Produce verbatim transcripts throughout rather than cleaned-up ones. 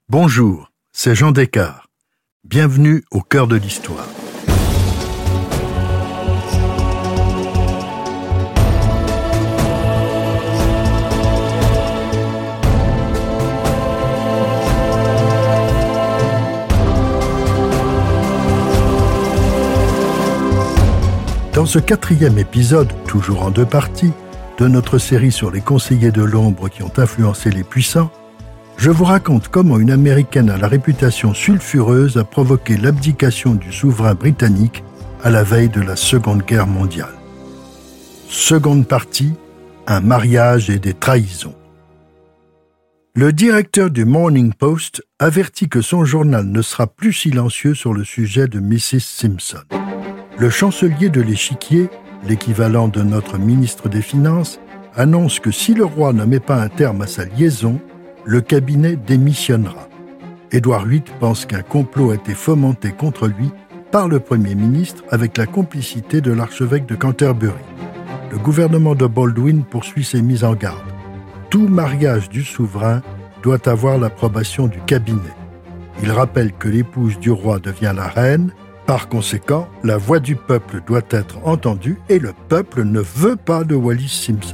Bonjour, c'est Jean Descartes. Bienvenue au cœur de l'histoire. Dans ce quatrième épisode, toujours en deux parties, de notre série sur les conseillers de l'ombre qui ont influencé les puissants, je vous raconte comment une Américaine à la réputation sulfureuse a provoqué l'abdication du souverain britannique à la veille de la Seconde Guerre mondiale. Seconde partie, un mariage et des trahisons. Le directeur du Morning Post avertit que son journal ne sera plus silencieux sur le sujet de missus Simpson. Le chancelier de l'Échiquier, l'équivalent de notre ministre des Finances, annonce que si le roi ne met pas un terme à sa liaison, le cabinet démissionnera. Édouard huit pense qu'un complot a été fomenté contre lui par le Premier ministre avec la complicité de l'archevêque de Canterbury. Le gouvernement de Baldwin poursuit ses mises en garde. Tout mariage du souverain doit avoir l'approbation du cabinet. Il rappelle que l'épouse du roi devient la reine. Par conséquent, la voix du peuple doit être entendue et le peuple ne veut pas de Wallis Simpson.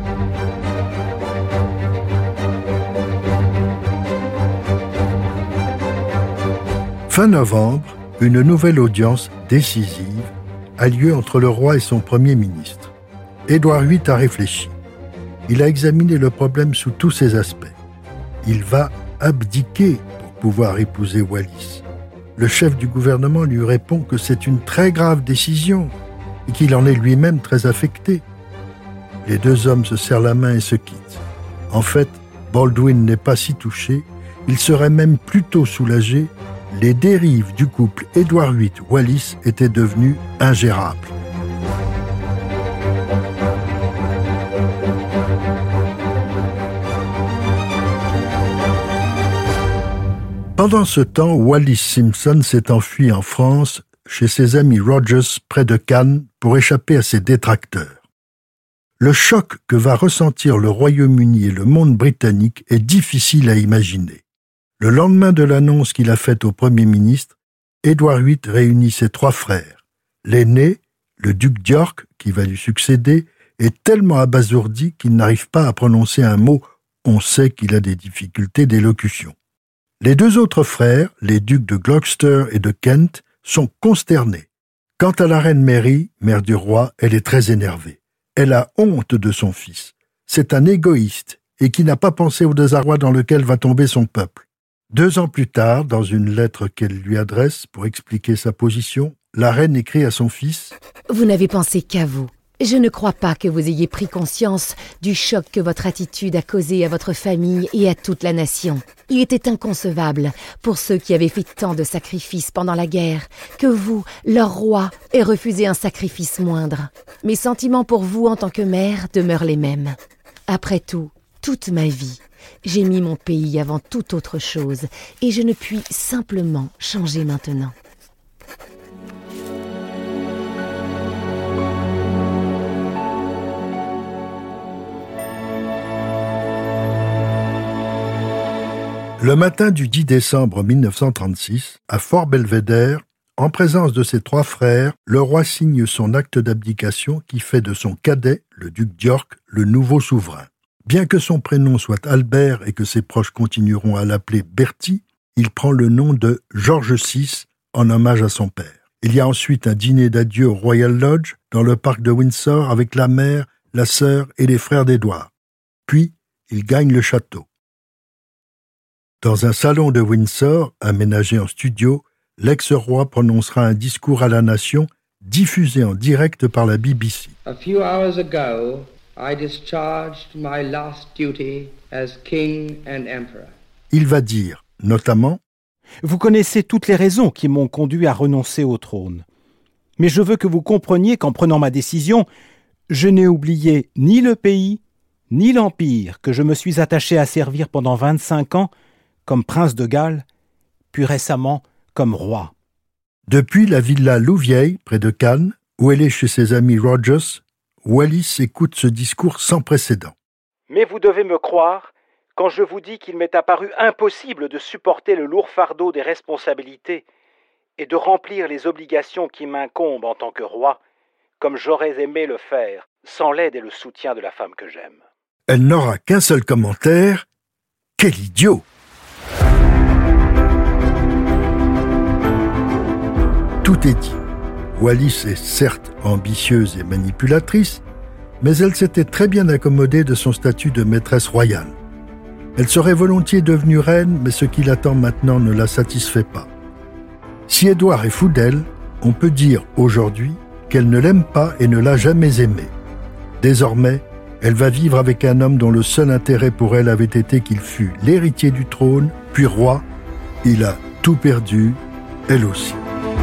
Fin novembre, une nouvelle audience décisive a lieu entre le roi et son premier ministre. Édouard huit a réfléchi. Il a examiné le problème sous tous ses aspects. Il va abdiquer pour pouvoir épouser Wallis. Le chef du gouvernement lui répond que c'est une très grave décision et qu'il en est lui-même très affecté. Les deux hommes se serrent la main et se quittent. En fait, Baldwin n'est pas si touché, il serait même plutôt soulagé. Les dérives du couple Édouard huit-Wallis étaient devenues ingérables. Pendant ce temps, Wallis Simpson s'est enfui en France, chez ses amis Rogers, près de Cannes, pour échapper à ses détracteurs. Le choc que va ressentir le Royaume-Uni et le monde britannique est difficile à imaginer. Le lendemain de l'annonce qu'il a faite au Premier ministre, Édouard huit réunit ses trois frères. L'aîné, le duc d'York, qui va lui succéder, est tellement abasourdi qu'il n'arrive pas à prononcer un mot. On sait qu'il a des difficultés d'élocution. Les deux autres frères, les ducs de Gloucester et de Kent, sont consternés. Quant à la reine Mary, mère du roi, elle est très énervée. Elle a honte de son fils. C'est un égoïste et qui n'a pas pensé au désarroi dans lequel va tomber son peuple. Deux ans plus tard, dans une lettre qu'elle lui adresse pour expliquer sa position, la reine écrit à son fils « Vous n'avez pensé qu'à vous. Je ne crois pas que vous ayez pris conscience du choc que votre attitude a causé à votre famille et à toute la nation. Il était inconcevable, pour ceux qui avaient fait tant de sacrifices pendant la guerre, que vous, leur roi, aient refusé un sacrifice moindre. Mes sentiments pour vous en tant que mère demeurent les mêmes. Après tout, toute ma vie, j'ai mis mon pays avant toute autre chose et je ne puis simplement changer maintenant. » Le matin du dix décembre mille neuf cent trente-six, à Fort Belvédère, en présence de ses trois frères, le roi signe son acte d'abdication qui fait de son cadet, le duc d'York, le nouveau souverain. Bien que son prénom soit Albert et que ses proches continueront à l'appeler Bertie, il prend le nom de George six en hommage à son père. Il y a ensuite un dîner d'adieu au Royal Lodge dans le parc de Windsor avec la mère, la sœur et les frères d'Édouard. Puis, il gagne le château. Dans un salon de Windsor, aménagé en studio, l'ex-roi prononcera un discours à la nation diffusé en direct par la B B C. A few hours ago, I discharged my last duty as king and emperor. Il va dire, notamment, « Vous connaissez toutes les raisons qui m'ont conduit à renoncer au trône. Mais je veux que vous compreniez qu'en prenant ma décision, je n'ai oublié ni le pays, ni l'empire que je me suis attaché à servir pendant vingt-cinq ans comme prince de Galles, puis récemment comme roi. » Depuis la villa Louviers, près de Cannes, où elle est chez ses amis Rogers, Wallis écoute ce discours sans précédent. « Mais vous devez me croire quand je vous dis qu'il m'est apparu impossible de supporter le lourd fardeau des responsabilités et de remplir les obligations qui m'incombent en tant que roi, comme j'aurais aimé le faire, sans l'aide et le soutien de la femme que j'aime. Elle n'aura qu'un seul commentaire. Quel idiot! Tout est dit. Wallis est certes ambitieuse et manipulatrice, mais elle s'était très bien accommodée de son statut de maîtresse royale. Elle serait volontiers devenue reine, mais ce qui l'attend maintenant ne la satisfait pas. Si Édouard est fou d'elle, on peut dire aujourd'hui qu'elle ne l'aime pas et ne l'a jamais aimé. Désormais, elle va vivre avec un homme dont le seul intérêt pour elle avait été qu'il fût l'héritier du trône, puis roi. Il a tout perdu, elle aussi.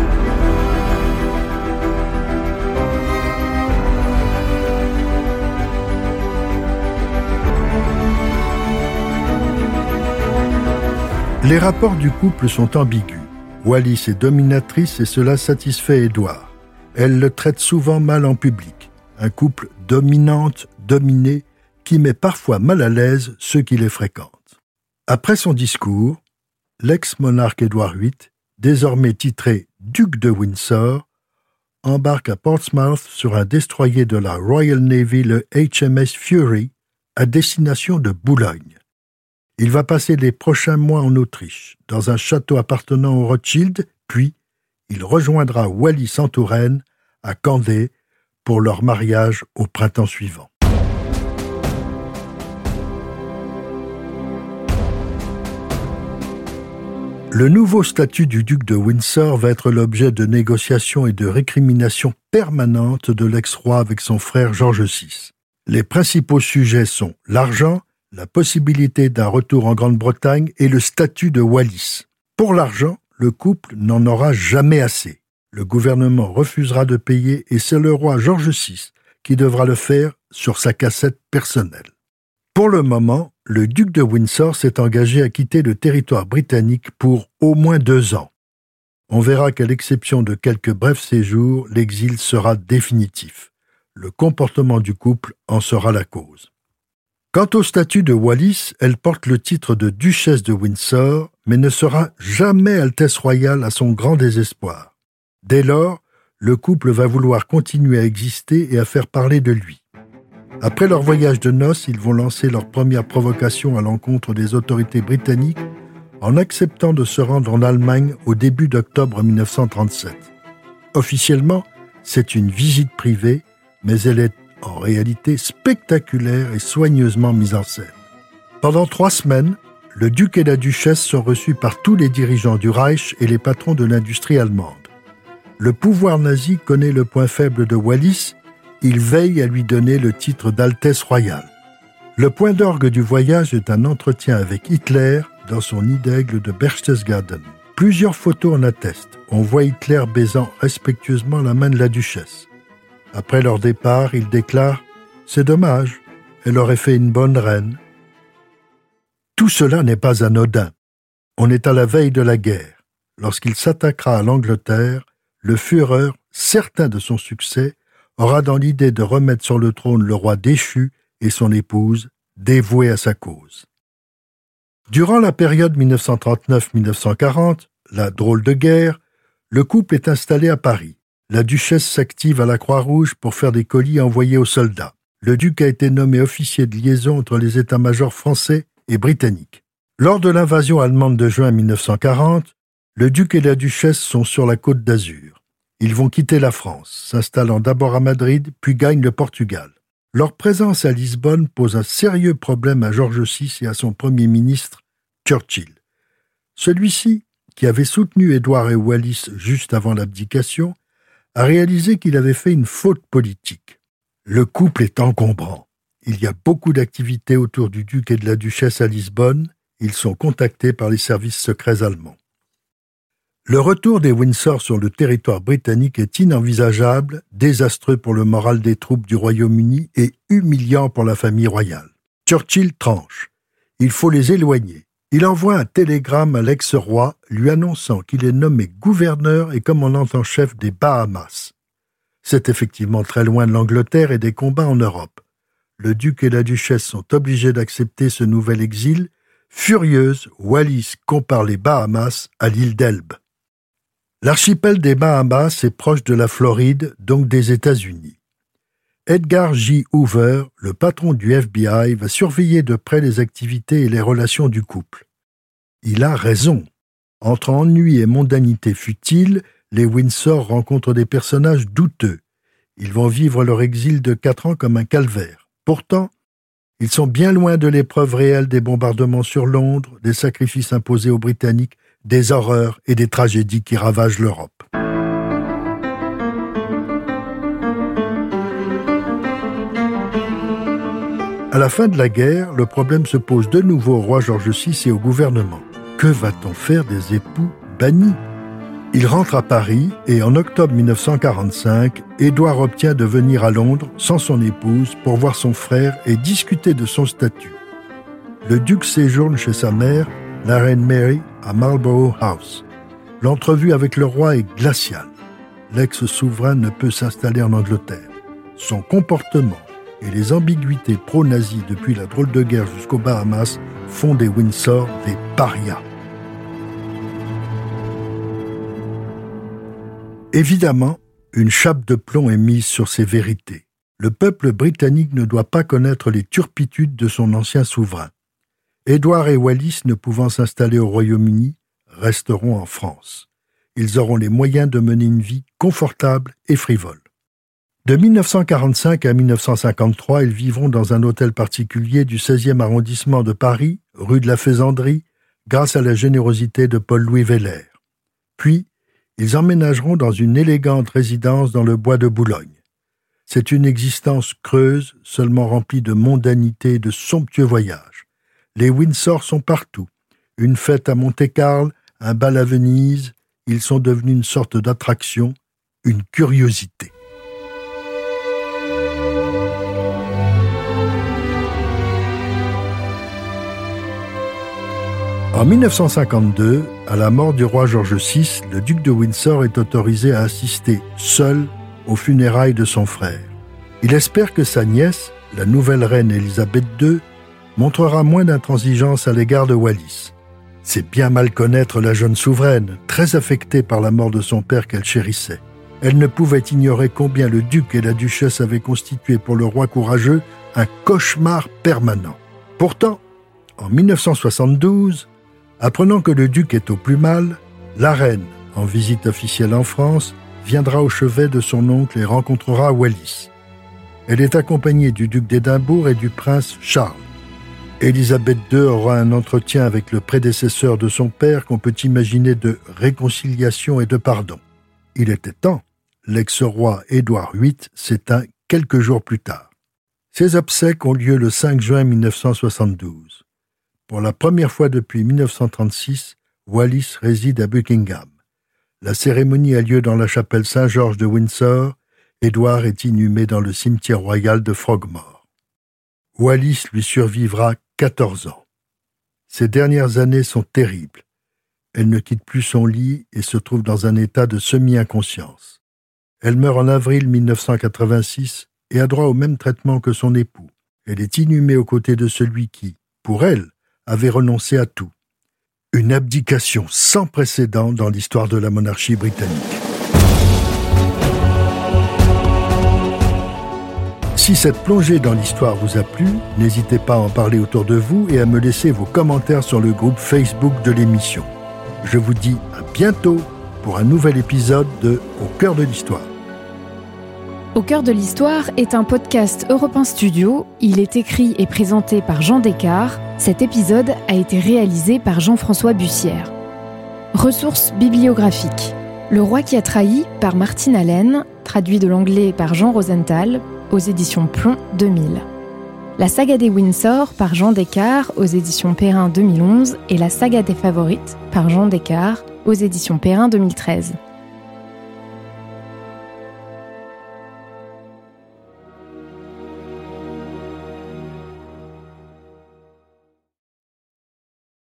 Les rapports du couple sont ambigus. Wallis est dominatrice et cela satisfait Édouard. Elle le traite souvent mal en public. Un couple dominante-dominé qui met parfois mal à l'aise ceux qui les fréquentent. Après son discours, l'ex-monarque Édouard huit, désormais titré duc de Windsor, embarque à Portsmouth sur un destroyer de la Royal Navy, le H M S Fury, à destination de Boulogne. Il va passer les prochains mois en Autriche, dans un château appartenant aux Rothschild, puis il rejoindra Wallis en Touraine, à Candé, pour leur mariage au printemps suivant. Le nouveau statut du duc de Windsor va être l'objet de négociations et de récriminations permanentes de l'ex-roi avec son frère George six. Les principaux sujets sont l'argent, la possibilité d'un retour en Grande-Bretagne et le statut de Wallis. Pour l'argent, le couple n'en aura jamais assez. Le gouvernement refusera de payer et c'est le roi George six qui devra le faire sur sa cassette personnelle. Pour le moment, le duc de Windsor s'est engagé à quitter le territoire britannique pour au moins deux ans. On verra qu'à l'exception de quelques brefs séjours, l'exil sera définitif. Le comportement du couple en sera la cause. Quant au statut de Wallis, elle porte le titre de duchesse de Windsor, mais ne sera jamais Altesse royale à son grand désespoir. Dès lors, le couple va vouloir continuer à exister et à faire parler de lui. Après leur voyage de noces, ils vont lancer leur première provocation à l'encontre des autorités britanniques en acceptant de se rendre en Allemagne au début d'octobre mille neuf cent trente-sept. Officiellement, c'est une visite privée, mais elle est en réalité spectaculaire et soigneusement mise en scène. Pendant trois semaines, le duc et la duchesse sont reçus par tous les dirigeants du Reich et les patrons de l'industrie allemande. Le pouvoir nazi connaît le point faible de Wallis, il veille à lui donner le titre d'Altesse royale. Le point d'orgue du voyage est un entretien avec Hitler dans son nid d'aigle de Berchtesgaden. Plusieurs photos en attestent. On voit Hitler baisant respectueusement la main de la duchesse. Après leur départ, il déclare « C'est dommage, elle aurait fait une bonne reine ». Tout cela n'est pas anodin. On est à la veille de la guerre. Lorsqu'il s'attaquera à l'Angleterre, le Führer, certain de son succès, aura dans l'idée de remettre sur le trône le roi déchu et son épouse, dévouée à sa cause. Durant la période mille neuf cent trente-neuf à mille neuf cent quarante, la drôle de guerre, le couple est installé à Paris. La duchesse s'active à la Croix-Rouge pour faire des colis envoyés aux soldats. Le duc a été nommé officier de liaison entre les états-majors français et britanniques. Lors de l'invasion allemande de juin mille neuf cent quarante, le duc et la duchesse sont sur la côte d'Azur. Ils vont quitter la France, s'installant d'abord à Madrid, puis gagnent le Portugal. Leur présence à Lisbonne pose un sérieux problème à George six et à son premier ministre, Churchill. Celui-ci, qui avait soutenu Édouard et Wallis juste avant l'abdication, a réalisé qu'il avait fait une faute politique. Le couple est encombrant. Il y a beaucoup d'activités autour du duc et de la duchesse à Lisbonne. Ils sont contactés par les services secrets allemands. Le retour des Windsor sur le territoire britannique est inenvisageable, désastreux pour le moral des troupes du Royaume-Uni et humiliant pour la famille royale. Churchill tranche. Il faut les éloigner. Il envoie un télégramme à l'ex-roi lui annonçant qu'il est nommé gouverneur et commandant en chef des Bahamas. C'est effectivement très loin de l'Angleterre et des combats en Europe. le duc et la duchesse sont obligés d'accepter ce nouvel exil. Furieuse, Wallis compare les Bahamas à l'île d'Elbe. L'archipel des Bahamas est proche de la Floride, donc des États-Unis. Edgar J. Hoover, le patron du F B I, va surveiller de près les activités et les relations du couple. Il a raison. Entre ennui et mondanité futile, les Windsor rencontrent des personnages douteux. Ils vont vivre leur exil de quatre ans comme un calvaire. Pourtant, ils sont bien loin de l'épreuve réelle des bombardements sur Londres, des sacrifices imposés aux Britanniques, des horreurs et des tragédies qui ravagent l'Europe. À la fin de la guerre, le problème se pose de nouveau au roi George six et au gouvernement. Que va-t-on faire des époux bannis ? Il rentre à Paris et en octobre mille neuf cent quarante-cinq, Édouard obtient de venir à Londres sans son épouse pour voir son frère et discuter de son statut. Le duc séjourne chez sa mère, la reine Mary, à Marlborough House. L'entrevue avec le roi est glaciale. L'ex-souverain ne peut s'installer en Angleterre. Son comportement et les ambiguïtés pro-nazies depuis la drôle de guerre jusqu'aux Bahamas font des Windsor des parias. Évidemment, une chape de plomb est mise sur ces vérités. Le peuple britannique ne doit pas connaître les turpitudes de son ancien souverain. Édouard et Wallis, ne pouvant s'installer au Royaume-Uni, resteront en France. Ils auront les moyens de mener une vie confortable et frivole. De mille neuf cent quarante-cinq à mille neuf cent cinquante-trois, ils vivront dans un hôtel particulier du seizième arrondissement de Paris, rue de la Faisanderie, grâce à la générosité de Paul-Louis Weller. Puis, ils emménageront dans une élégante résidence dans le bois de Boulogne. C'est une existence creuse, seulement remplie de mondanité et de somptueux voyages. Les Windsor sont partout. Une fête à Monte-Carlo, un bal à Venise, ils sont devenus une sorte d'attraction, une curiosité. En mille neuf cent cinquante-deux, à la mort du roi George six, le duc de Windsor est autorisé à assister, seul, aux funérailles de son frère. Il espère que sa nièce, la nouvelle reine Élisabeth deux, montrera moins d'intransigeance à l'égard de Wallis. C'est bien mal connaître la jeune souveraine, très affectée par la mort de son père qu'elle chérissait. Elle ne pouvait ignorer combien le duc et la duchesse avaient constitué pour le roi courageux un cauchemar permanent. Pourtant, en mille neuf cent soixante-douze, apprenant que le duc est au plus mal, la reine, en visite officielle en France, viendra au chevet de son oncle et rencontrera Wallis. Elle est accompagnée du duc d'Édimbourg et du prince Charles. Élisabeth deux aura un entretien avec le prédécesseur de son père qu'on peut imaginer de réconciliation et de pardon. Il était temps. L'ex-roi Édouard huit s'éteint quelques jours plus tard. Ses obsèques ont lieu le cinq juin mille neuf cent soixante-douze. Pour la première fois depuis mille neuf cent trente-six, Wallis réside à Buckingham. La cérémonie a lieu dans la chapelle Saint-Georges de Windsor. Édouard est inhumé dans le cimetière royal de Frogmore. Wallis lui survivra quatorze ans. Ses dernières années sont terribles. Elle ne quitte plus son lit et se trouve dans un état de semi-inconscience. Elle meurt en avril mille neuf cent quatre-vingt-six et a droit au même traitement que son époux. Elle est inhumée aux côtés de celui qui, pour elle, avait renoncé à tout. Une abdication sans précédent dans l'histoire de la monarchie britannique. Si cette plongée dans l'histoire vous a plu, n'hésitez pas à en parler autour de vous et à me laisser vos commentaires sur le groupe Facebook de l'émission. Je vous dis à bientôt pour un nouvel épisode de Au cœur de l'histoire. Au cœur de l'histoire est un podcast Europe un Studio. Il est écrit et présenté par Jean Descartes. Cet épisode a été réalisé par Jean-François Bussière. Ressources bibliographiques. Le roi qui a trahi par Martine Allen, traduit de l'anglais par Jean Rosenthal, aux éditions Plomb deux mille. La saga des Windsor par Jean Descartes, aux éditions Perrin deux mille onze, et La saga des favorites par Jean Descartes, aux éditions Perrin deux mille treize.